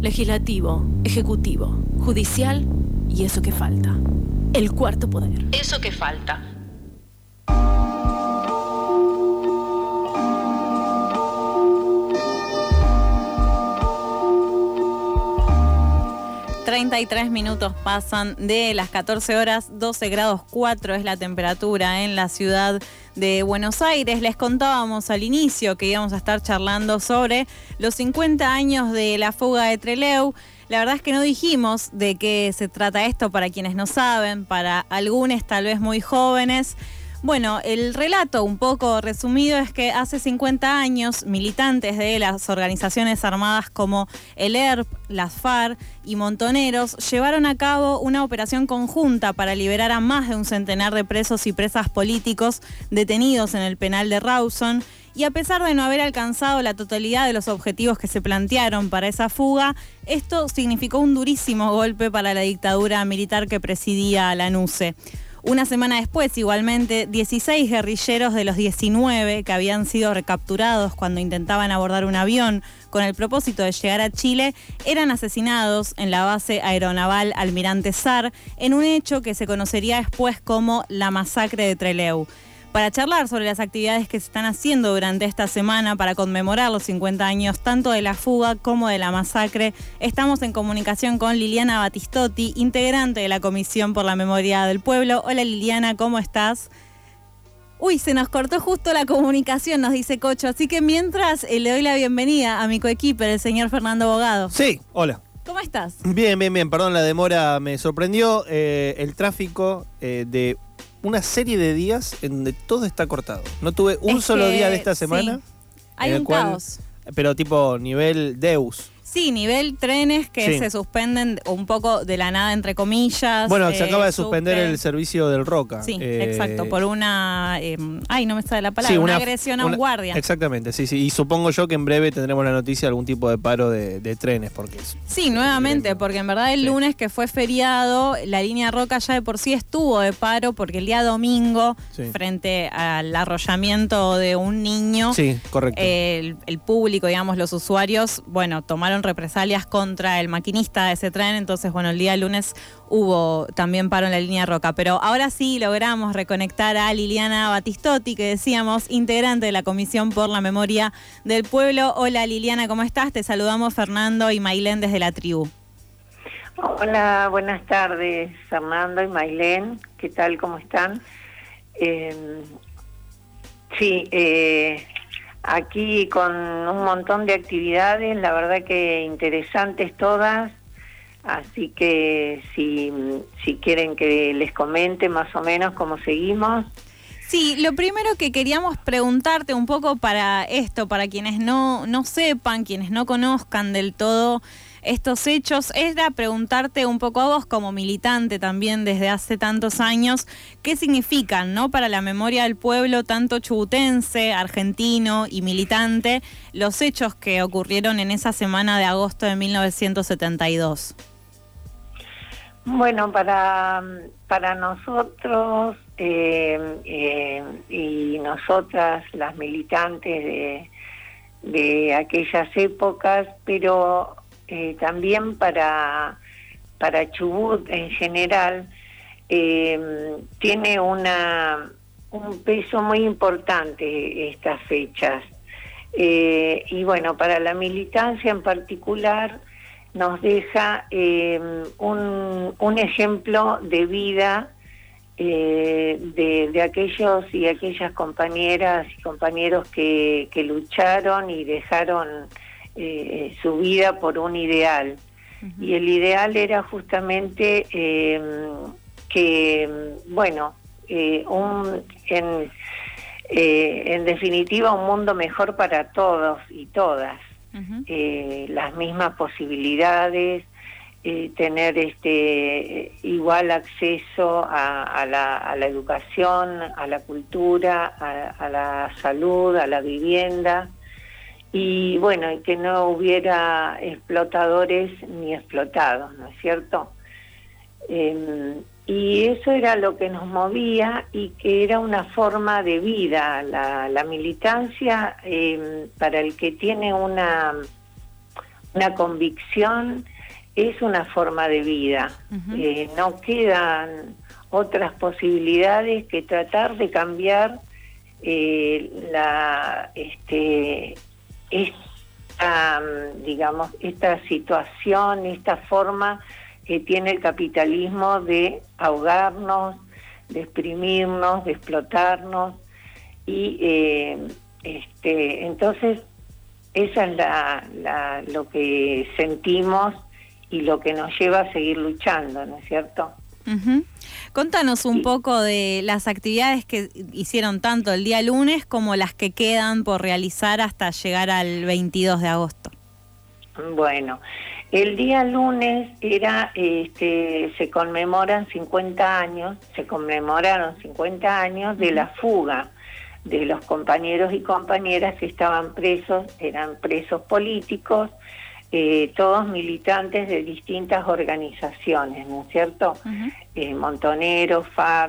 legislativo, ejecutivo, judicial y eso que falta. El cuarto poder. Eso que falta. ...33 pasan de las 14 horas, 12 grados 4 es la temperatura en la ciudad de Buenos Aires. Les contábamos al inicio que íbamos a estar charlando sobre los 50 años de la fuga de Trelew. La verdad es que no dijimos de qué se trata esto para quienes no saben, para algunos tal vez muy jóvenes. Bueno, el relato un poco resumido es que hace 50 años militantes de las organizaciones armadas como el ERP, las FARC y Montoneros llevaron a cabo una operación conjunta para liberar a más de un centenar de presos y presas políticos detenidos en el penal de Rawson. Y a pesar de no haber alcanzado la totalidad de los objetivos que se plantearon para esa fuga, esto significó un durísimo golpe para la dictadura militar que presidía la NUCE. Una semana después, igualmente, 16 guerrilleros de los 19 que habían sido recapturados cuando intentaban abordar un avión con el propósito de llegar a Chile, eran asesinados en la base aeronaval Almirante Sar en un hecho que se conocería después como la masacre de Trelew. Para charlar sobre las actividades que se están haciendo durante esta semana para conmemorar los 50 años tanto de la fuga como de la masacre, estamos en comunicación con Liliana Battistotti, integrante de la Comisión por la Memoria del Pueblo. Hola Liliana, ¿cómo estás? Uy, se nos cortó justo la comunicación, nos dice Cocho, así que mientras le doy la bienvenida a mi coequiper, el señor Fernando Bogado. Sí, hola. ¿Cómo estás? Bien, perdón, la demora me sorprendió. El tráfico de una serie de días en donde todo está cortado. No tuve un solo día de esta semana. Sí. Hay un caos. Pero tipo nivel Deus. Sí, nivel trenes que se suspenden un poco de la nada, entre comillas. Bueno, se acaba de suspender el servicio del Roca. Sí, exacto, por una... no me sale la palabra, sí, una agresión a un guardia. Exactamente, sí. Y supongo yo que en breve tendremos la noticia de algún tipo de paro de trenes. Sí, nuevamente, porque en verdad el lunes que fue feriado, la línea Roca ya de por sí estuvo de paro, porque el día domingo, frente al arrollamiento de un niño, sí, correcto. El público, digamos, los usuarios, bueno, tomaron represalias contra el maquinista de ese tren, entonces bueno, el día lunes hubo también paro en la línea Roca, pero ahora sí logramos reconectar a Liliana Battistotti, que decíamos, integrante de la Comisión por la Memoria del Pueblo. Hola Liliana, ¿cómo estás? Te saludamos Fernando y Mailén desde la tribu. Hola, buenas tardes Fernando y Mailén, ¿qué tal? ¿Cómo están? Aquí con un montón de actividades, la verdad que interesantes todas, así que si quieren que les comente más o menos cómo seguimos. Sí, lo primero que queríamos preguntarte un poco para esto, para quienes no sepan, quienes no conozcan del todo estos hechos, era preguntarte un poco a vos como militante también desde hace tantos años, ¿qué significan, ¿no?, para la memoria del pueblo, tanto chubutense, argentino y militante, los hechos que ocurrieron en esa semana de agosto de 1972? Bueno, para nosotros y nosotras, las militantes de aquellas épocas, pero también para Chubut en general, tiene un peso muy importante estas fechas. Y bueno, para la militancia en particular nos deja un ejemplo de vida de aquellos y aquellas compañeras y compañeros que lucharon y dejaron su vida por un ideal. Uh-huh. Y el ideal era justamente en definitiva un mundo mejor para todos y todas. Uh-huh. Las mismas posibilidades, tener igual acceso a la educación, a la cultura, a la salud, a la vivienda. Y bueno, y que no hubiera explotadores ni explotados, ¿no es cierto? Y eso era lo que nos movía y que era una forma de vida. La militancia, para el que tiene una una convicción, es una forma de vida. No quedan otras posibilidades que tratar de cambiar esta situación, esta forma que tiene el capitalismo de ahogarnos, de exprimirnos, de explotarnos, y entonces esa es lo que sentimos y lo que nos lleva a seguir luchando, ¿no es cierto? Contanos un poco de las actividades que hicieron tanto el día lunes como las que quedan por realizar hasta llegar al 22 de agosto. Bueno, el día lunes se conmemoraron 50 años de la fuga de los compañeros y compañeras que estaban presos, eran presos políticos, todos militantes de distintas organizaciones, ¿no es cierto? Montoneros, FARC,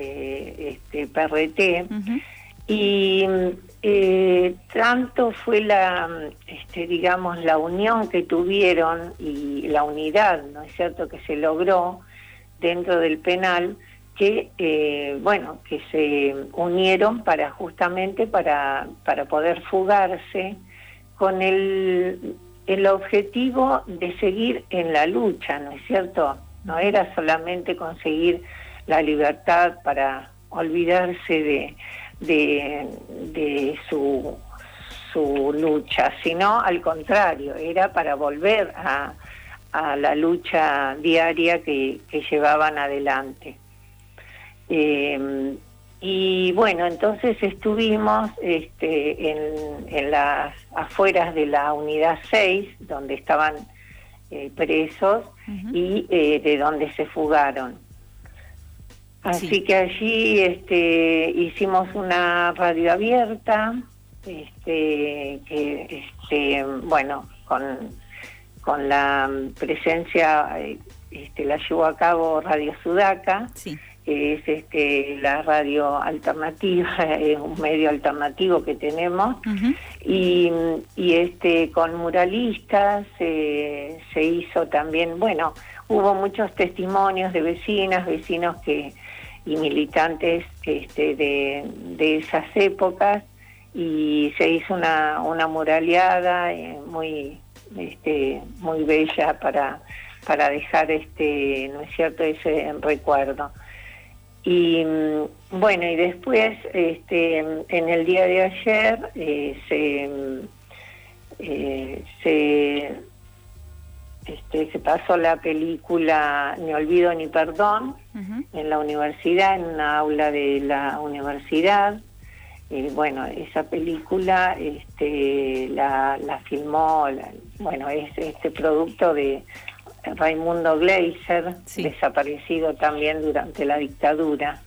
PRT, y tanto fue la unión que tuvieron y la unidad, ¿no es cierto?, que se logró dentro del penal, que que se unieron justamente para poder fugarse con el objetivo de seguir en la lucha, ¿no es cierto? No era solamente conseguir la libertad para olvidarse de su lucha, sino al contrario, era para volver a la lucha diaria que llevaban adelante. Y bueno, entonces estuvimos en las afueras de la unidad 6, donde estaban presos, y de donde se fugaron. Así que allí hicimos una radio abierta, con la presencia, la llevó a cabo Radio Sudaca, que es la radio alternativa, es un medio alternativo que tenemos, y con muralistas se hizo también, hubo muchos testimonios de vecinos y militantes de esas épocas, y se hizo una muraleada muy bella para dejar ¿no es cierto?, ese recuerdo. Y y después en el día de ayer se pasó la película Ni olvido ni perdón en la universidad, en una aula de la universidad. Esa película la filmó, es producto de Raimundo Gleiser, desaparecido también durante la dictadura,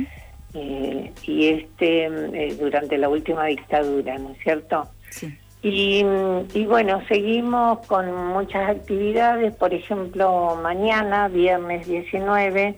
durante la última dictadura, ¿no es cierto? Sí. Y seguimos con muchas actividades. Por ejemplo, mañana, viernes 19,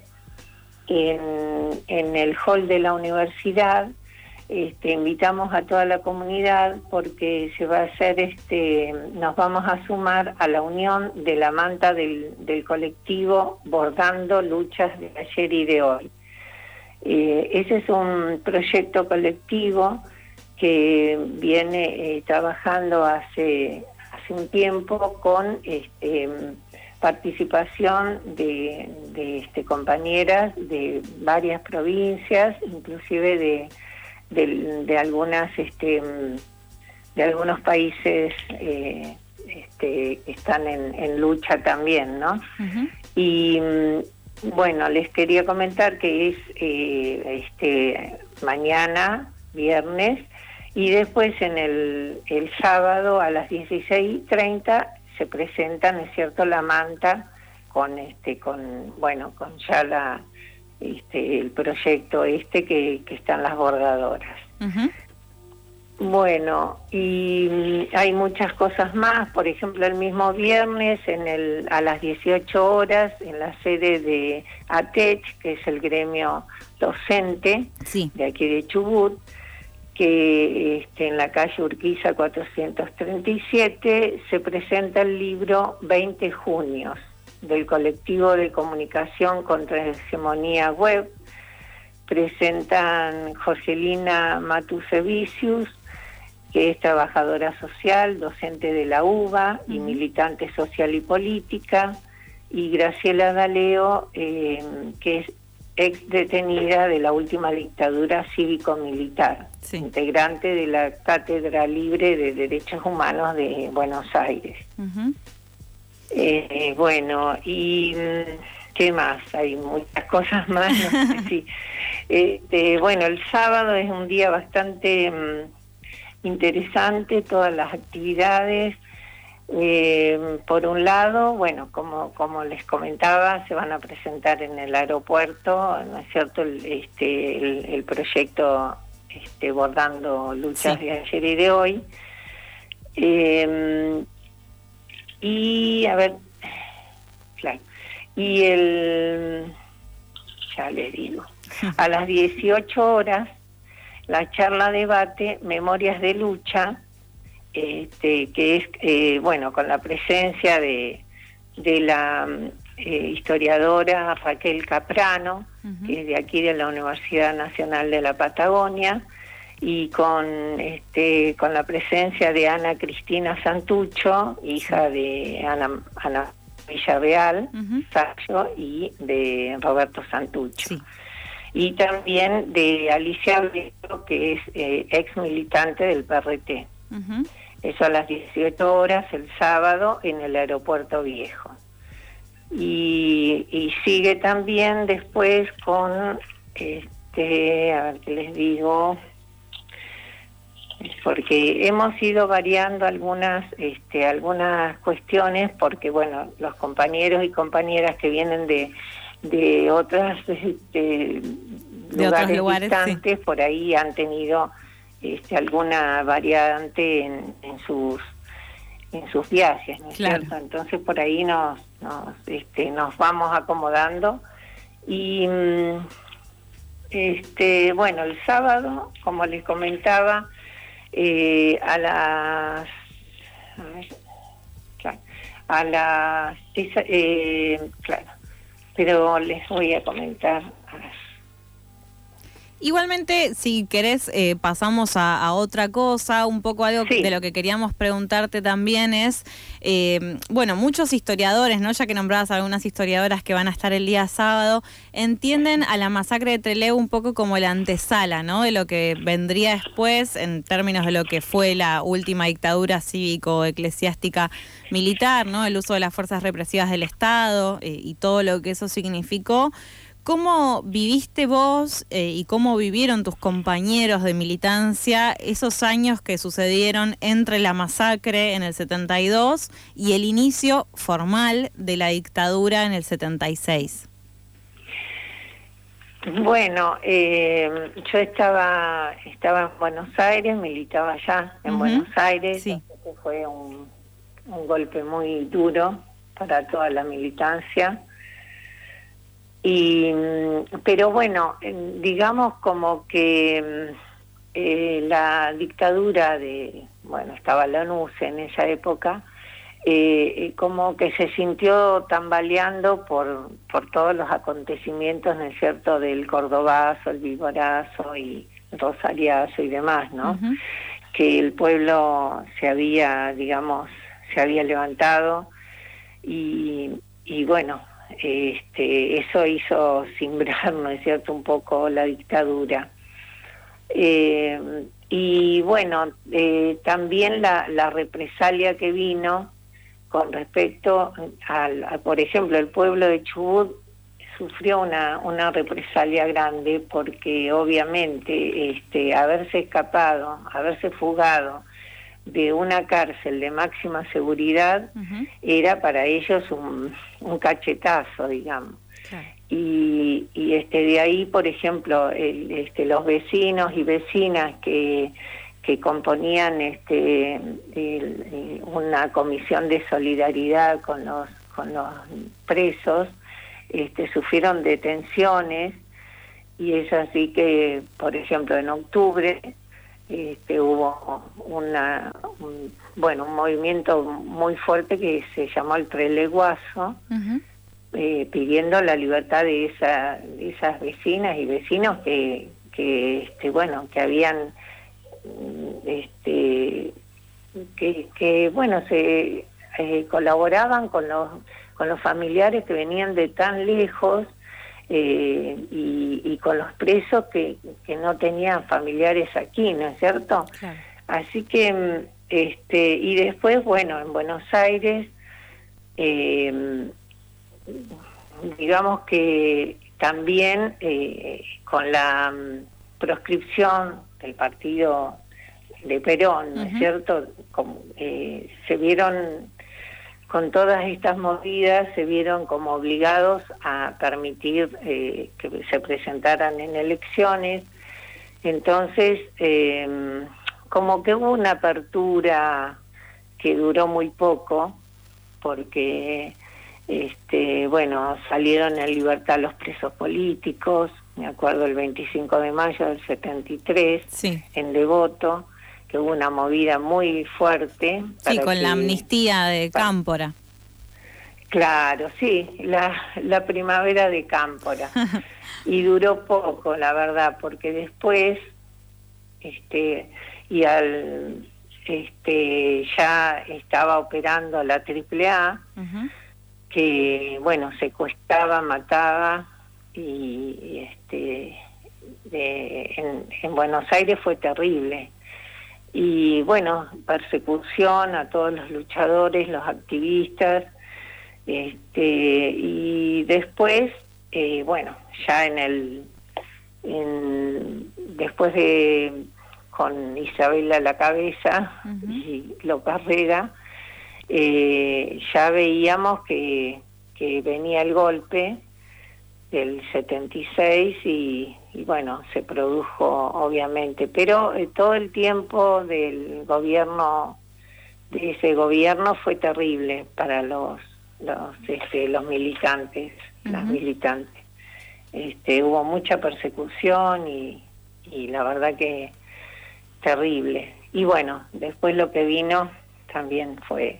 en el hall de la universidad, invitamos a toda la comunidad, porque se va a hacer nos vamos a sumar a la unión de la manta del colectivo Bordando Luchas de Ayer y de Hoy. Ese es un proyecto colectivo que viene trabajando hace un tiempo con participación de compañeras de varias provincias, inclusive de algunas de algunos países que están en lucha también, ¿no? Y les quería comentar que es mañana, viernes, y después en el sábado a las 16:30 se presenta, ¿no es cierto?, la manta con ya el proyecto que están las bordadoras. Y hay muchas cosas más. Por ejemplo, el mismo viernes a las 18 horas en la sede de ATECH, que es el gremio docente de aquí de Chubut, que en la calle Urquiza 437 se presenta el libro 20 Junios del colectivo de comunicación contra la hegemonía web. Presentan Jorgelina Matusevicius, que es trabajadora social, docente de la UBA y militante social y política, y Graciela D'Aleo, que es ex detenida de la última dictadura cívico-militar, integrante de la Cátedra Libre de Derechos Humanos de Buenos Aires. Bueno, y ¿qué más? Hay muchas cosas más, no sé si... bueno, el sábado es un día bastante interesante, todas las actividades. Por un lado, bueno, como les comentaba, se van a presentar en el aeropuerto, ¿no es cierto?, el proyecto Bordando Luchas de ayer y de hoy. Y, a ver, claro, y ya les digo, a las 18 horas, la charla debate Memorias de Lucha, que es, bueno, con la presencia de la historiadora Raquel Caprano, que es de aquí de la Universidad Nacional de la Patagonia, y con la presencia de Ana Cristina Santucho, hija de Ana Villareal, Sacho, y de Roberto Santucho. Y también de Alicia Abrego, que es ex militante del PRT. Eso a las 18 horas el sábado en el Aeropuerto Viejo. Y sigue también después con, a ver qué les digo, porque hemos ido variando algunas cuestiones, porque bueno, los compañeros y compañeras que vienen de otras lugares distantes, por ahí han tenido alguna variante en sus viajes, ¿no es cierto? Entonces por ahí nos vamos acomodando y bueno, el sábado, como les comentaba, a las 6, claro, pero les voy a comentar. Igualmente, si querés, pasamos a otra cosa, un poco algo de lo que queríamos preguntarte también es, bueno, muchos historiadores, ¿no?, ya que nombrabas algunas historiadoras que van a estar el día sábado, entienden a la masacre de Trelew un poco como la antesala, ¿no?, de lo que vendría después en términos de lo que fue la última dictadura cívico-eclesiástica militar, ¿no?, el uso de las fuerzas represivas del Estado y todo lo que eso significó. ¿Cómo viviste vos y cómo vivieron tus compañeros de militancia esos años que sucedieron entre la masacre en el 72 y el inicio formal de la dictadura en el 76? Bueno, yo estaba en Buenos Aires, militaba allá en Buenos Aires. Fue un golpe muy duro para toda la militancia. Pero bueno, digamos como que la dictadura estaba la NUCE en esa época, como que se sintió tambaleando por todos los acontecimientos, ¿no es cierto?, del Cordobazo, el Viborazo y Rosariazo y demás, ¿no? Que el pueblo se había levantado y bueno, eso hizo cimbrar, ¿no es cierto?, un poco la dictadura. Y bueno, también la represalia que vino con respecto por ejemplo, el pueblo de Chubut sufrió una represalia grande porque obviamente haberse escapado, haberse fugado de una cárcel de máxima seguridad era para ellos un cachetazo, digamos. Claro. Y de ahí, por ejemplo, los vecinos y vecinas que componían una comisión de solidaridad con los presos, sufrieron detenciones, y es así que, por ejemplo, en octubre hubo un movimiento muy fuerte que se llamó el Treleguazo, pidiendo la libertad de esas vecinas y vecinos que habían se colaboraban con los familiares que venían de tan lejos, y con los presos que no tenían familiares aquí, ¿no es cierto? Claro. Así que y después, en Buenos Aires, digamos que también con la proscripción del partido de Perón, ¿no es cierto? Se vieron, con todas estas movidas, se vieron como obligados a permitir que se presentaran en elecciones. Entonces, como que hubo una apertura que duró muy poco, porque salieron en libertad los presos políticos. Me acuerdo el 25 de mayo del 73, sí, en Devoto, que hubo una movida muy fuerte. Sí, con la amnistía de Cámpora. Claro, sí, la primavera de Cámpora. Y duró poco, la verdad, porque después, ya estaba operando la AAA, que, secuestraba, mataba, y en Buenos Aires fue terrible. Y persecución a todos los luchadores, los activistas, y después, ya después de con Isabel a la cabeza y López Rega, ya veíamos que venía el golpe del 76 y se produjo, obviamente, pero todo el tiempo del gobierno, de ese gobierno, fue terrible para los militantes, las militantes. Hubo mucha persecución y la verdad que terrible. Y después lo que vino también fue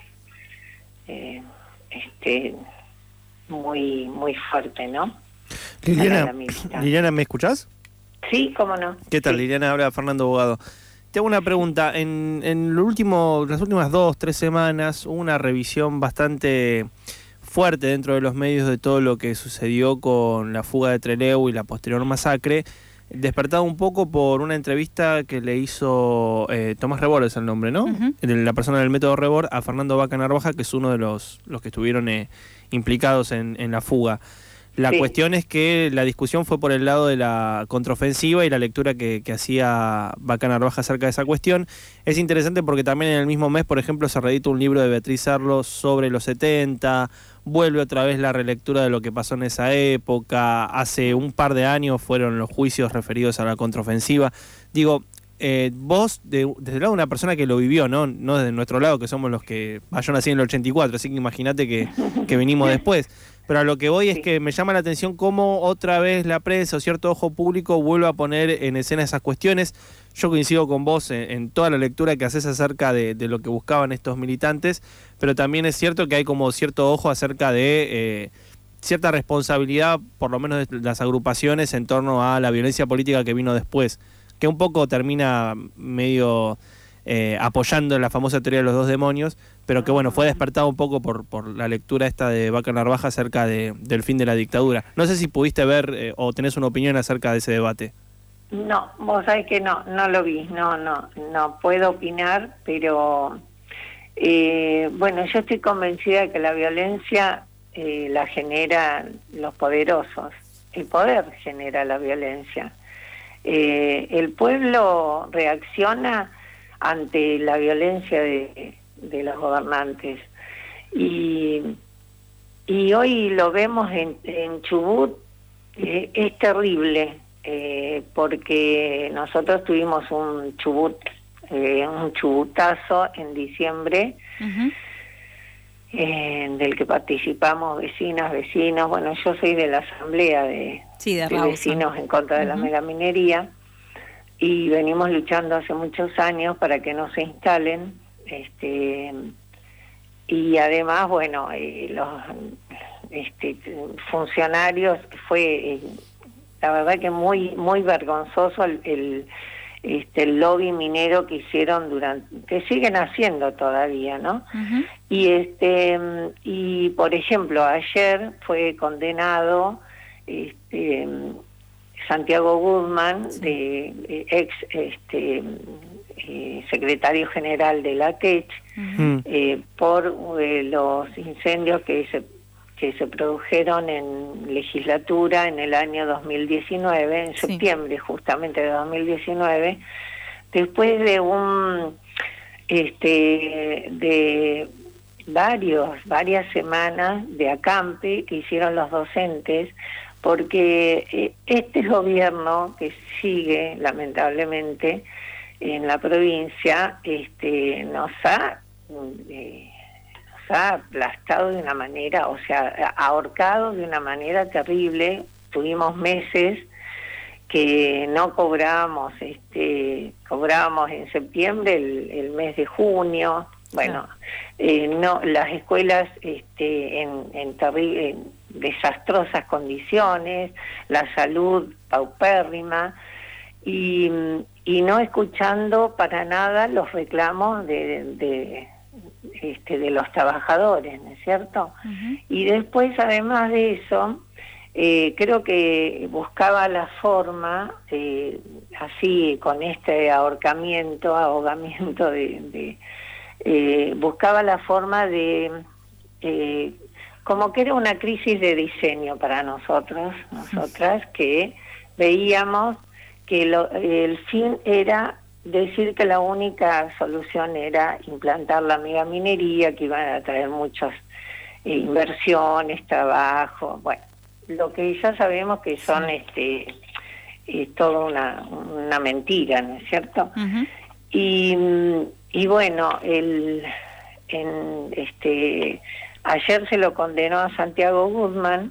muy muy fuerte, ¿no? Liliana, ¿me escuchás? Sí, cómo no. ¿Qué tal, sí. Liliana? Habla Fernando Bogado. Te hago una pregunta. En las últimas 2-3 semanas hubo una revisión bastante fuerte dentro de los medios de todo lo que sucedió con la fuga de Trelew y la posterior masacre, despertado un poco por una entrevista que le hizo Tomás Rebord, es el nombre, ¿no? La persona del método Rebord, a Fernando Vaca Narvaja, que es uno de los que estuvieron implicados en la fuga. La cuestión es que la discusión fue por el lado de la contraofensiva y la lectura que hacía Vaca Narvaja acerca de esa cuestión. Es interesante porque también en el mismo mes, por ejemplo, se reedita un libro de Beatriz Arlos sobre los 70, vuelve otra vez la relectura de lo que pasó en esa época. Hace un par de años fueron los juicios referidos a la contraofensiva. Digo, vos, desde el lado de una persona que lo vivió, no desde nuestro lado, que somos los que... yo nací en el 84, así que imagínate que venimos después. Pero a lo que voy es que me llama la atención cómo otra vez la prensa o cierto ojo público vuelve a poner en escena esas cuestiones. Yo coincido con vos en toda la lectura que haces acerca de lo que buscaban estos militantes, pero también es cierto que hay como cierto ojo acerca de cierta responsabilidad, por lo menos de las agrupaciones, en torno a la violencia política que vino después, que un poco termina medio apoyando la famosa teoría de los dos demonios, pero que fue despertado un poco por la lectura esta de Vaca Narvaja acerca del fin de la dictadura. No sé si pudiste ver o tenés una opinión acerca de ese debate. No, vos sabés que no lo vi, no puedo opinar, pero yo estoy convencida de que la violencia la generan los poderosos, el poder genera la violencia. El pueblo reacciona ante la violencia de los gobernantes y hoy lo vemos en Chubut. Es terrible, porque nosotros tuvimos un chubutazo en diciembre, del que participamos vecinos. Yo soy de la asamblea de Rawson, vecinos en contra de la megaminería. y venimos luchando hace muchos años para que no se instalen, y además, bueno, los funcionarios, fue la verdad que muy vergonzoso el lobby minero que hicieron que siguen haciendo todavía, ¿no? Uh-huh. Y por ejemplo, ayer fue condenado Santiago Guzmán, sí, ex secretario general de la TECH, uh-huh, por los incendios que se produjeron en legislatura en el año 2019, en septiembre, sí, justamente de 2019, después de de varias semanas de acampe que hicieron los docentes, porque este gobierno que sigue, lamentablemente, en la provincia, nos ha aplastado de una manera, o sea, ahorcado de una manera terrible. Tuvimos meses que no cobrábamos, cobrábamos en septiembre el mes de junio. Bueno, no, las escuelas en desastrosas condiciones, la salud paupérrima, y no escuchando para nada los reclamos de los trabajadores, ¿no es cierto? Uh-huh. Y después, además de eso, creo que buscaba la forma, así con este ahogamiento, buscaba la forma de, como que era una crisis de diseño para nosotras, que veíamos que el fin era decir que la única solución era implantar la megaminería, que iban a traer muchas inversiones, trabajo, bueno, lo que ya sabemos que son toda una mentira, ¿no es cierto? Uh-huh. Y bueno, ayer se lo condenó a Santiago Guzmán,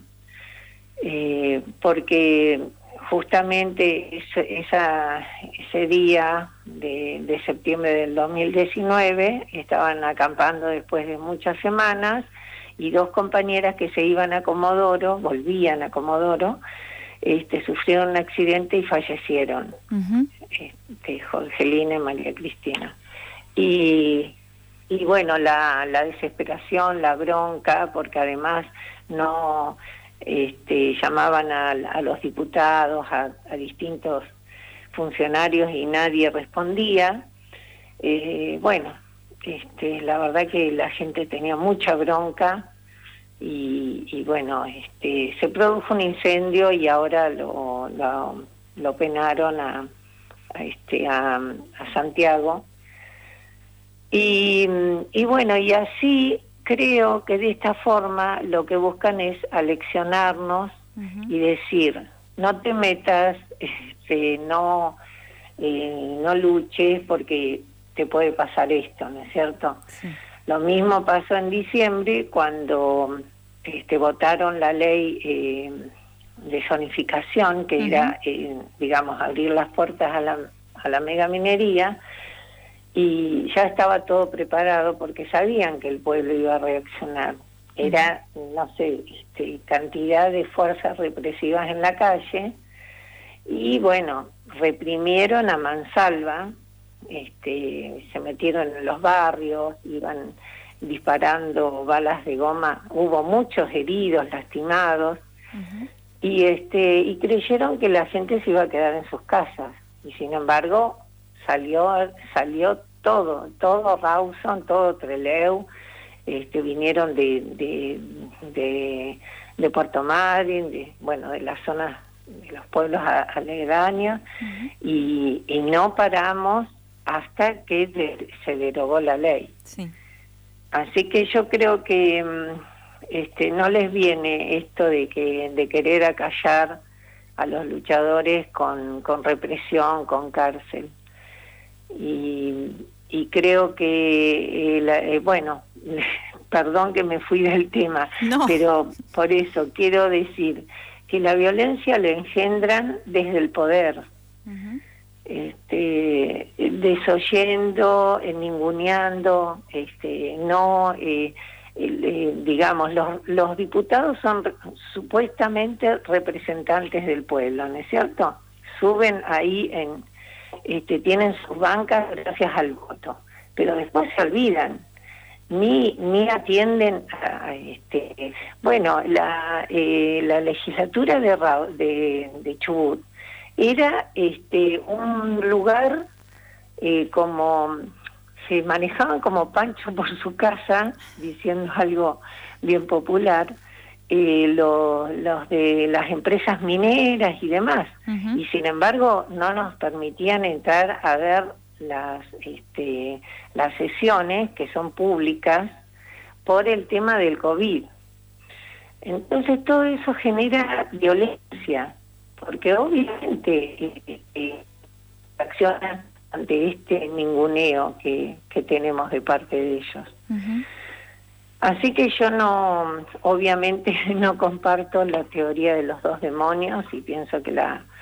porque justamente ese día de septiembre del 2019 estaban acampando después de muchas semanas, y dos compañeras que se iban a Comodoro, volvían a Comodoro, sufrieron un accidente y fallecieron. Uh-huh. Jorgelina y María Cristina. Y bueno, la desesperación, la bronca, porque además no llamaban a los diputados, a distintos funcionarios, y nadie respondía. Bueno, la verdad que la gente tenía mucha bronca, y bueno, se produjo un incendio y ahora lo penaron a Santiago. Y bueno, y así creo que de esta forma lo que buscan es aleccionarnos, uh-huh, y decir, no te metas, no luches porque te puede pasar esto, ¿no es cierto? Sí. Lo mismo pasó en diciembre cuando votaron la ley de zonificación, que, uh-huh, era, digamos, abrir las puertas a la megaminería, y ya estaba todo preparado porque sabían que el pueblo iba a reaccionar. Era, no sé, cantidad de fuerzas represivas en la calle, y bueno, reprimieron a mansalva, se metieron en los barrios, iban disparando balas de goma, hubo muchos heridos, lastimados, uh-huh, y creyeron que la gente se iba a quedar en sus casas, y sin embargo salió todo Rawson, todo Trelew, vinieron de Puerto Madryn, de las zonas de los pueblos aledaños, uh-huh, y no paramos hasta que se derogó la ley. Sí. Así que yo creo que no les viene esto de querer acallar a los luchadores con represión, con cárcel. Y creo que, bueno, perdón que me fui del tema, no, pero por eso quiero decir que la violencia la engendran desde el poder. Uh-huh. desoyendo, ninguneando, digamos, los diputados son supuestamente representantes del pueblo, ¿no es cierto? Suben ahí, tienen sus bancas gracias al voto, pero después se olvidan, ni atienden a, bueno, la legislatura de Chubut era un lugar como se manejaban como Pancho por su casa, diciendo algo bien popular, los de las empresas mineras y demás, y sin embargo no nos permitían entrar a ver las sesiones que son públicas por el tema del COVID. Entonces todo eso genera violencia, porque obviamente accionan ante este ninguneo que tenemos de parte de ellos. Así que yo obviamente no comparto la teoría de los dos demonios y pienso que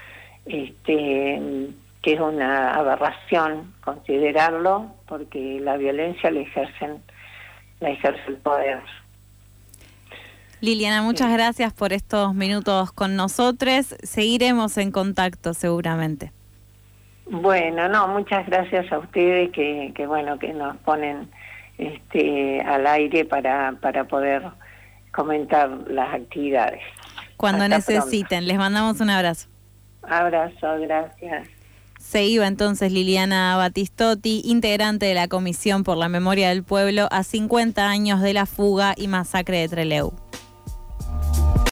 que es una aberración considerarlo, porque la violencia la ejerce el poder. Liliana, muchas gracias por estos minutos con nosotros. Seguiremos en contacto seguramente. Bueno, muchas gracias a ustedes que nos ponen al aire para poder comentar las actividades. Cuando Hasta necesiten, pronto. Les mandamos un abrazo. Abrazo, gracias. Se iba entonces Liliana Battistotti, integrante de la Comisión por la Memoria del Pueblo, a 50 años de la fuga y masacre de Trelew.